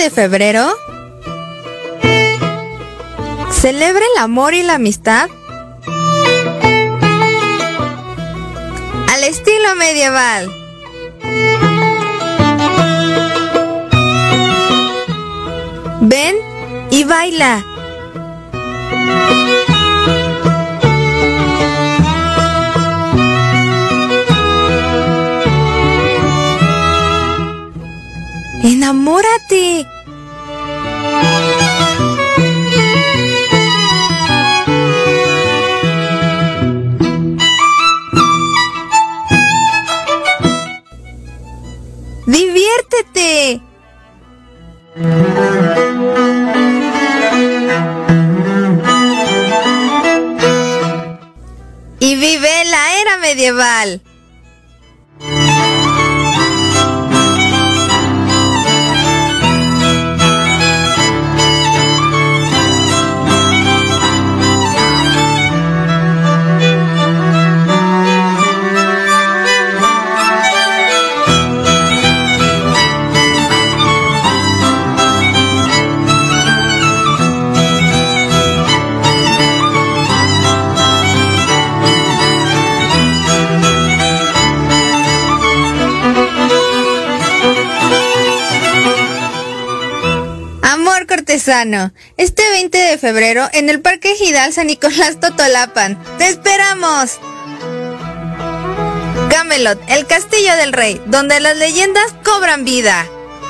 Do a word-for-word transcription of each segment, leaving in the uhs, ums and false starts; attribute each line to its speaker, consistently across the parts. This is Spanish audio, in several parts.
Speaker 1: de febrero celebra el amor y la amistad al estilo medieval. Ven y baila. ¡Enamórate! ¡Diviértete! Y vive la era medieval. Cortesano, este veinte de febrero en el Parque Ejidal San Nicolás Totolapan. ¡Te esperamos! Camelot, el castillo del rey, donde las leyendas cobran vida.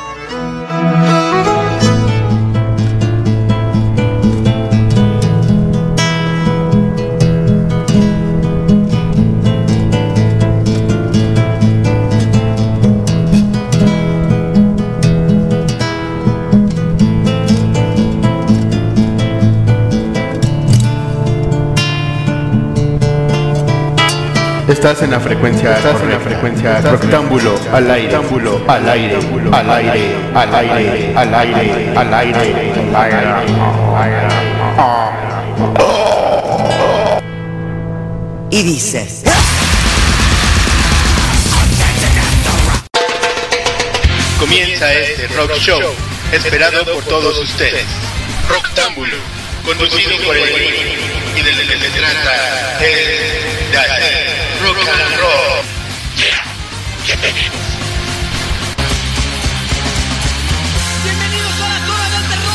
Speaker 2: Estás en la frecuencia, estás en la frecuencia, rectángulo, al aire, rectángulo, al aire, al aire, al aire, al aire, al aire, al aire.
Speaker 3: Y dices.
Speaker 4: Comienza este rock show, esperado por todos ustedes. Rocktámbulo, conducido por el y del que se trata es de hacer rock and roll.
Speaker 5: Bienvenidos a la Torre del Terror.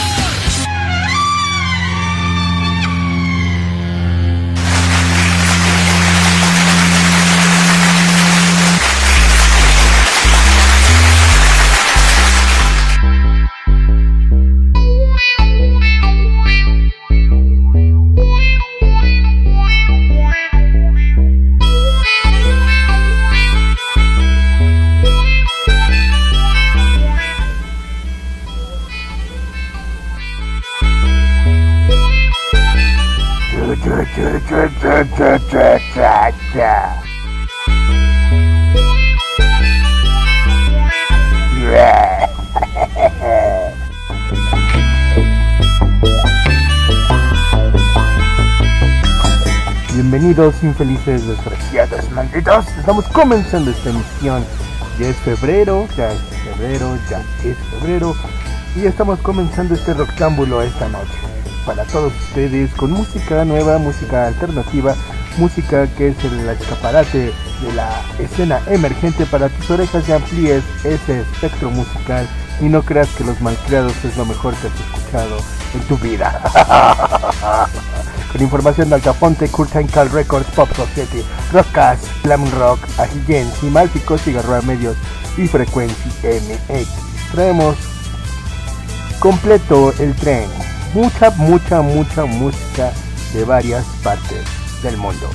Speaker 6: Bienvenidos infelices desgraciados malditos. Estamos comenzando esta emisión. Ya es febrero, ya es febrero, ya es febrero. Y estamos comenzando este rocktámbulo esta noche. Para todos ustedes con música nueva, música alternativa, música que es el escaparate de la escena emergente para tus orejas y amplíes ese espectro musical y no creas que Los Malcriados es lo mejor que has escuchado en tu vida. Con información de Altafonte, Curtain Call Records, Pop Society, Rockcast, Glam Rock, Agency, Malfico, Cigarroa Medios y Frecuencia M X. Traemos completo el tren. Mucha, mucha, mucha música de varias partes del mundo.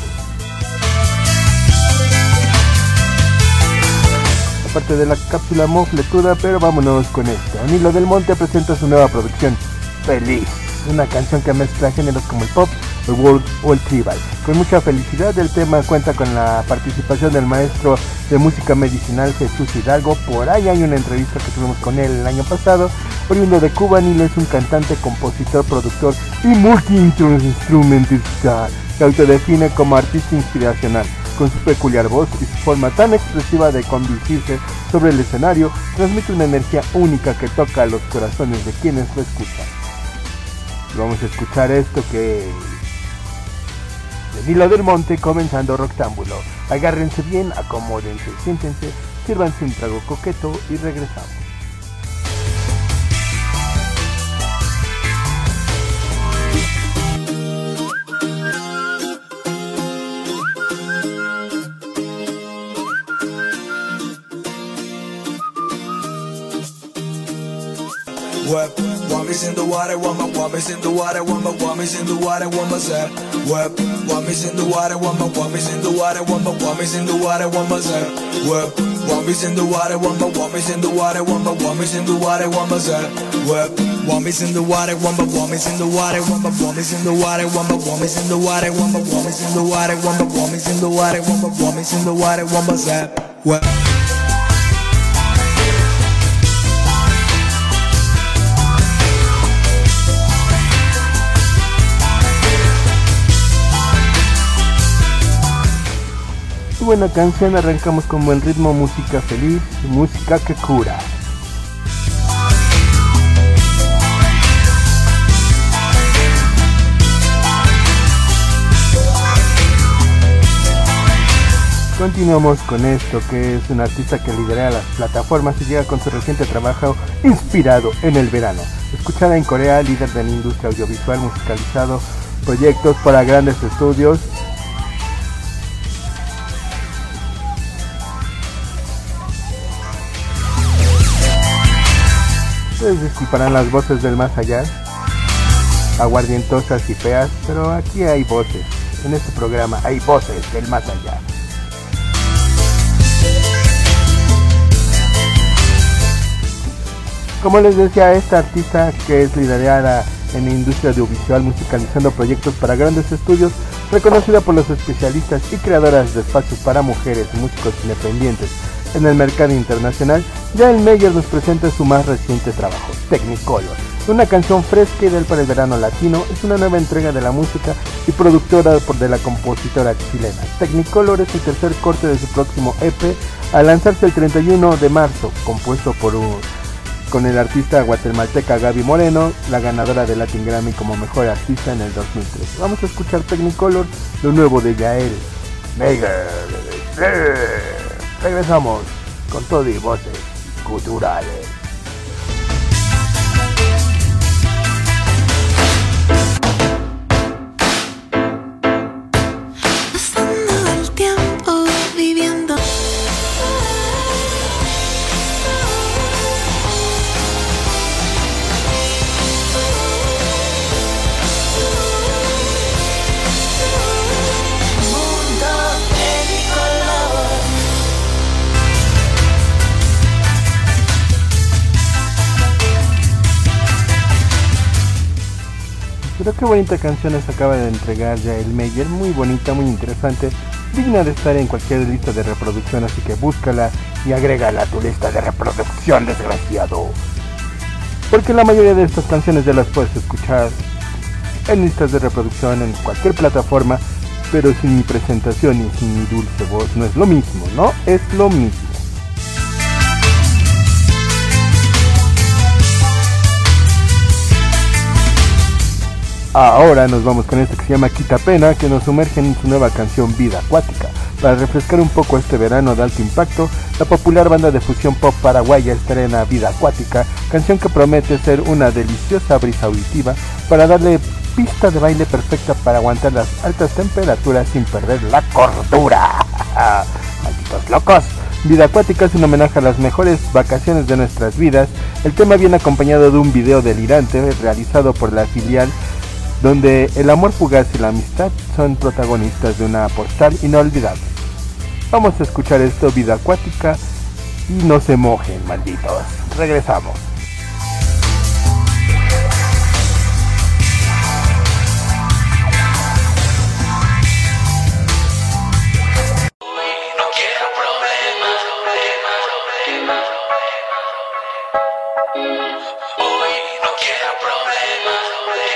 Speaker 6: Aparte de la cápsula mofletuda, pero vámonos con esto. Anilo del Monte presenta su nueva producción, Feliz. Una canción que mezcla géneros como el pop, el world o el tribal. Con mucha felicidad, el tema cuenta con la participación del maestro de música medicinal Jesús Hidalgo. Por ahí hay una entrevista que tuvimos con él el año pasado. Oriundo de Cuba, Nilo es un cantante, compositor, productor y multi-instrumentista. Se autodefine como artista inspiracional. Con su peculiar voz y su forma tan expresiva de conducirse sobre el escenario, transmite una energía única que toca a los corazones de quienes lo escuchan. Vamos a escuchar esto que... de Nilo del Monte, comenzando Roctámbulo. Agárrense bien, acomódense, siéntense, sírvanse un trago coqueto y regresamos.
Speaker 7: Web, Wami's in the water, Wama, Wami's in the water, Wama, Wami's in the water, Wama's at. Web, Wami's in the water, Wama, Wami's in the water, Wama, Wami's in the water, Wama's at. Web, Wami's in the water, Wama, Wami's in the water, Wama, Wami's in the water, Wama's at. Web, Wami's in the water, Wama, Wami's in the water, Wama, Wami's in the water, Wama, Wami's in the water, Wama, Wami's in the water, Wama, Wami's in the water, Wama, Wami's in the water, Wama's at. Web.
Speaker 6: Buena canción, arrancamos con buen ritmo, música feliz, música que cura. Continuamos con esto, que es un artista que lidera las plataformas y llega con su reciente trabajo inspirado en el verano. Escuchada en Corea, líder de la industria audiovisual, musicalizado proyectos para grandes estudios. Ustedes disculparán las voces del más allá, aguardientosas y feas, pero aquí hay voces, en este programa hay voces del más allá. Como les decía, esta artista que es liderada en la industria audiovisual, musicalizando proyectos para grandes estudios, reconocida por los especialistas y creadoras de espacios para mujeres y músicos independientes en el mercado internacional, Yael Meyer nos presenta su más reciente trabajo, Technicolor. Una canción fresca ideal para el verano latino, es una nueva entrega de la música y productora por de la compositora chilena. Technicolor es el tercer corte de su próximo E P, a lanzarse el treinta y uno de marzo, compuesto por un, con el artista guatemalteca Gaby Moreno, la ganadora de Latin Grammy como mejor artista en el dos mil tres. Vamos a escuchar Technicolor, lo nuevo de Yael Meyer. Regresamos con todo y voces culturales.
Speaker 8: Pasando el tiempo viviendo.
Speaker 6: Pero qué bonita canción nos acaba de entregar Yael Meyer, muy bonita, muy interesante, digna de estar en cualquier lista de reproducción, así que búscala y agrégala a tu lista de reproducción, desgraciado. Porque la mayoría de estas canciones ya las puedes escuchar en listas de reproducción en cualquier plataforma, pero sin mi presentación y sin mi dulce voz no es lo mismo, ¿no? Es lo mismo. Ahora nos vamos con este que se llama Quita Pena, que nos sumerge en su nueva canción Vida Acuática. Para refrescar un poco este verano de alto impacto, la popular banda de fusión pop paraguaya estrena Vida Acuática, canción que promete ser una deliciosa brisa auditiva para darle pista de baile perfecta para aguantar las altas temperaturas sin perder la cordura. ¡Malditos locos! Vida Acuática es un homenaje a las mejores vacaciones de nuestras vidas. El tema viene acompañado de un video delirante realizado por la filial, donde el amor fugaz y la amistad son protagonistas de una postal inolvidable. Vamos a escuchar esto, Vida Acuática, y no se mojen, malditos. Regresamos.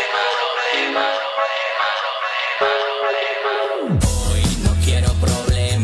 Speaker 9: Hoy no quiero problemas.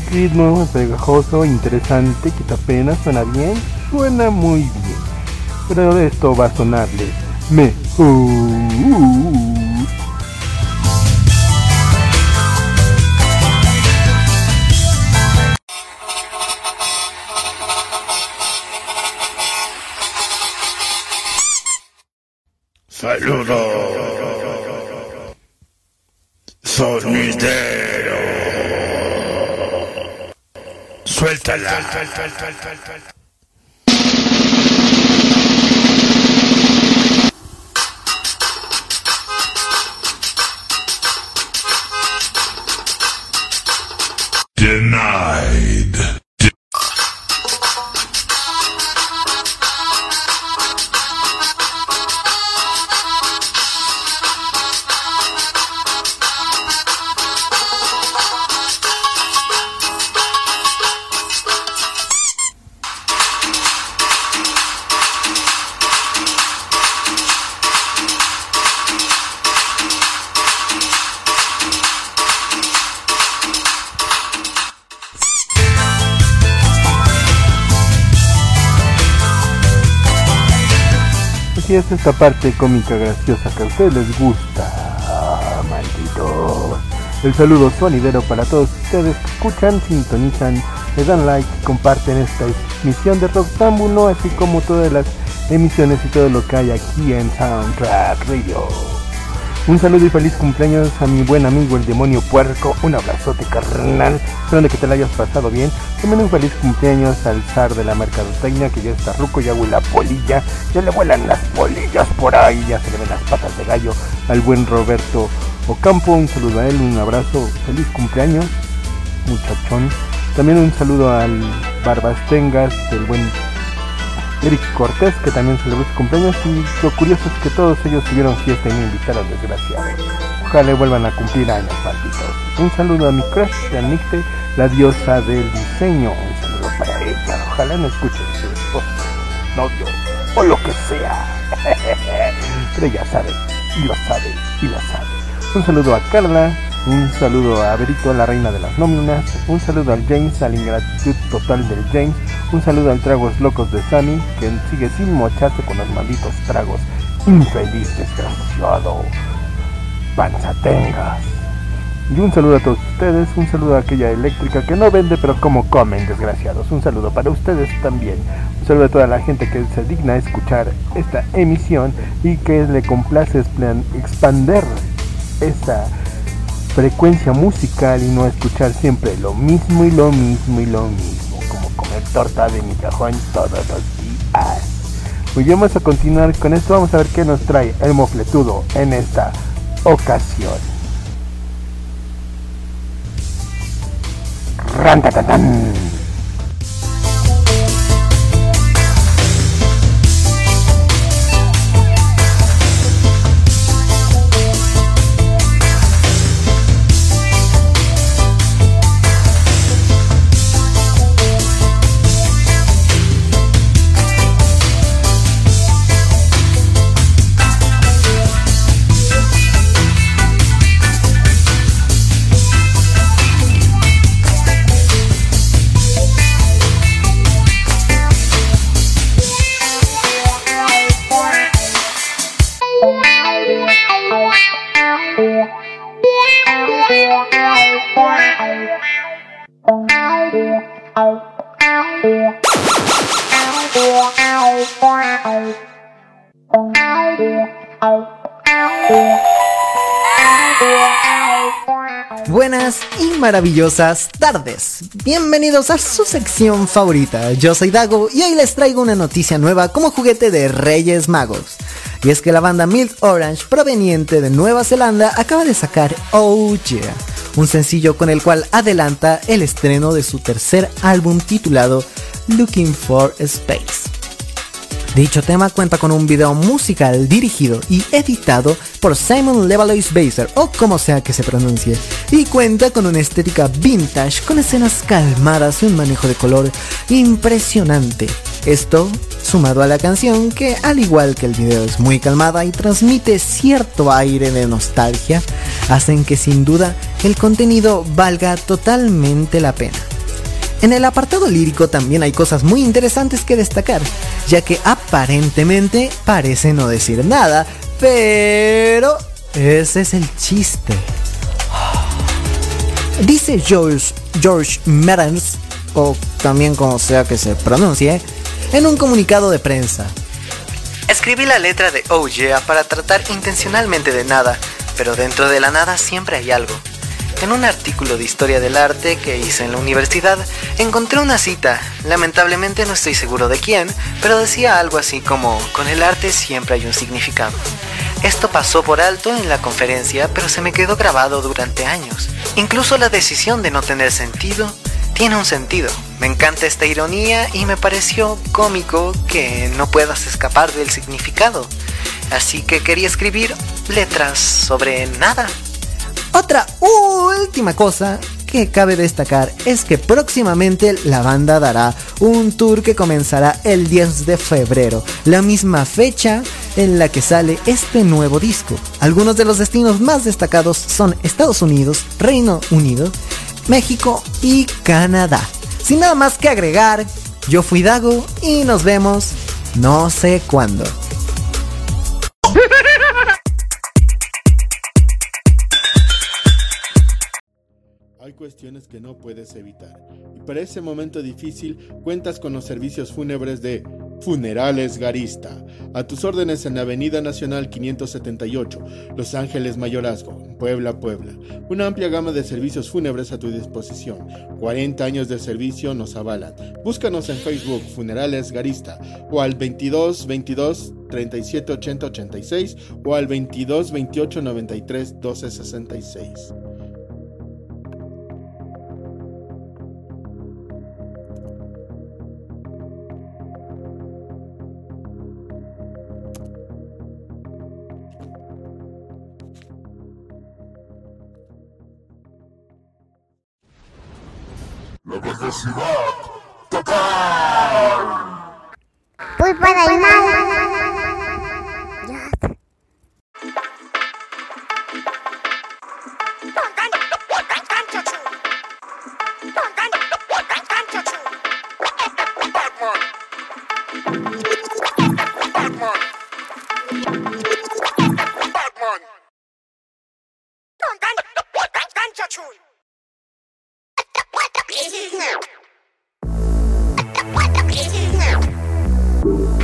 Speaker 6: ritmo pegajoso, interesante, quita pena, suena bien, suena muy bien. Pero de esto va a sonarles mejor.
Speaker 4: Saludos, sonidero. Suéltala. Denied.
Speaker 6: Así es esta parte cómica graciosa que a ustedes les gusta. Ah, malditos. El saludo sonidero para todos ustedes que escuchan, sintonizan, le dan like, comparten esta emisión de Rocktámbulo, así como todas las emisiones y todo lo que hay aquí en Soundtrack Radio. Un saludo y feliz cumpleaños a mi buen amigo el demonio puerco. Un abrazote carnal, esperando que te la hayas pasado bien. También un feliz cumpleaños al zar de la mercadotecnia, que ya está ruco, ya huele a polilla, ya le vuelan las polillas por ahí, ya se le ven las patas de gallo. Al buen Roberto Ocampo, un saludo a él, un abrazo, feliz cumpleaños, muchachón. También un saludo al Barbastengas, del buen Eric Cortés, que también celebró su cumpleaños, y lo curioso es que todos ellos tuvieron fiesta y me invitaron, desgraciados. Ojalá vuelvan a cumplir años, malditos. Un saludo a mi crush, a Nicte, la diosa del diseño. Un saludo para ella. Ojalá no escuche su esposo, novio o lo que sea. Pero ella sabe, y lo sabe, y lo sabe. Un saludo a Carla. Un saludo a Berito, la reina de las nóminas. Un saludo al James, a la ingratitud total del James. Un saludo al Tragos Locos de Sammy, que sigue sin mocharse con los malditos tragos. Infeliz, desgraciado, panza tengas. Y un saludo a todos ustedes. Un saludo a aquella eléctrica que no vende pero como comen, desgraciados. Un saludo para ustedes también. Un saludo a toda la gente que se digna a escuchar esta emisión y que le complace expander esta frecuencia musical y no escuchar siempre lo mismo y lo mismo y lo mismo, como comer torta de migajón todos los días. Pues vamos a continuar con esto, vamos a ver qué nos trae el mofletudo en esta ocasión. ¡Rantatatán!
Speaker 9: Buenas y maravillosas tardes. Bienvenidos a su sección favorita. Yo soy Dago y hoy les traigo una noticia nueva como juguete de Reyes Magos. Y es que la banda Mild Orange, proveniente de Nueva Zelanda, acaba de sacar Oh Yeah, un sencillo con el cual adelanta el estreno de su tercer álbum titulado Looking for Space. Dicho tema cuenta con un video musical dirigido y editado por Simon Levalois Baser, o como sea que se pronuncie, y cuenta con una estética vintage con escenas calmadas y un manejo de color impresionante. Esto, sumado a la canción, que al igual que el video es muy calmada y transmite cierto aire de nostalgia, hacen que sin duda el contenido valga totalmente la pena. En el apartado lírico también hay cosas muy interesantes que destacar, ya que aparentemente parece no decir nada, pero ese es el chiste. Dice George, George Merens, o también como sea que se pronuncie, en un comunicado de prensa: escribí la letra de Oh Yeah para tratar intencionalmente de nada, pero dentro de la nada siempre hay algo. En un artículo de historia del arte que hice en la universidad, encontré una cita, lamentablemente no estoy seguro de quién, pero decía algo así como: con el arte siempre hay un significado. Esto pasó por alto en la conferencia, pero se me quedó grabado durante años. Incluso la decisión de no tener sentido tiene un sentido. Me encanta esta ironía y me pareció cómico que no puedas escapar del significado. Así que quería escribir letras sobre nada. Otra última cosa que cabe destacar es que próximamente la banda dará un tour que comenzará el diez de febrero, la misma fecha en la que sale este nuevo disco. Algunos de los destinos más destacados son Estados Unidos, Reino Unido, México y Canadá. Sin nada más que agregar, yo fui Dago y nos vemos no sé cuándo.
Speaker 2: Hay cuestiones que no puedes evitar, y para ese momento difícil cuentas con los servicios fúnebres de Funerales Garista, a tus órdenes en la Avenida Nacional quinientos setenta y ocho, Los Ángeles Mayorazgo, Puebla, Puebla. Una amplia gama de servicios fúnebres a tu disposición. cuarenta años de servicio nos avalan. Búscanos en Facebook Funerales Garista o al veintidós veintidós treinta y siete ochenta ochenta y seis o al veintidós veintiocho noventa y tres doce sesenta y seis.
Speaker 10: La velocidad total.
Speaker 11: Pulpa del mal.
Speaker 10: This is now. This is now.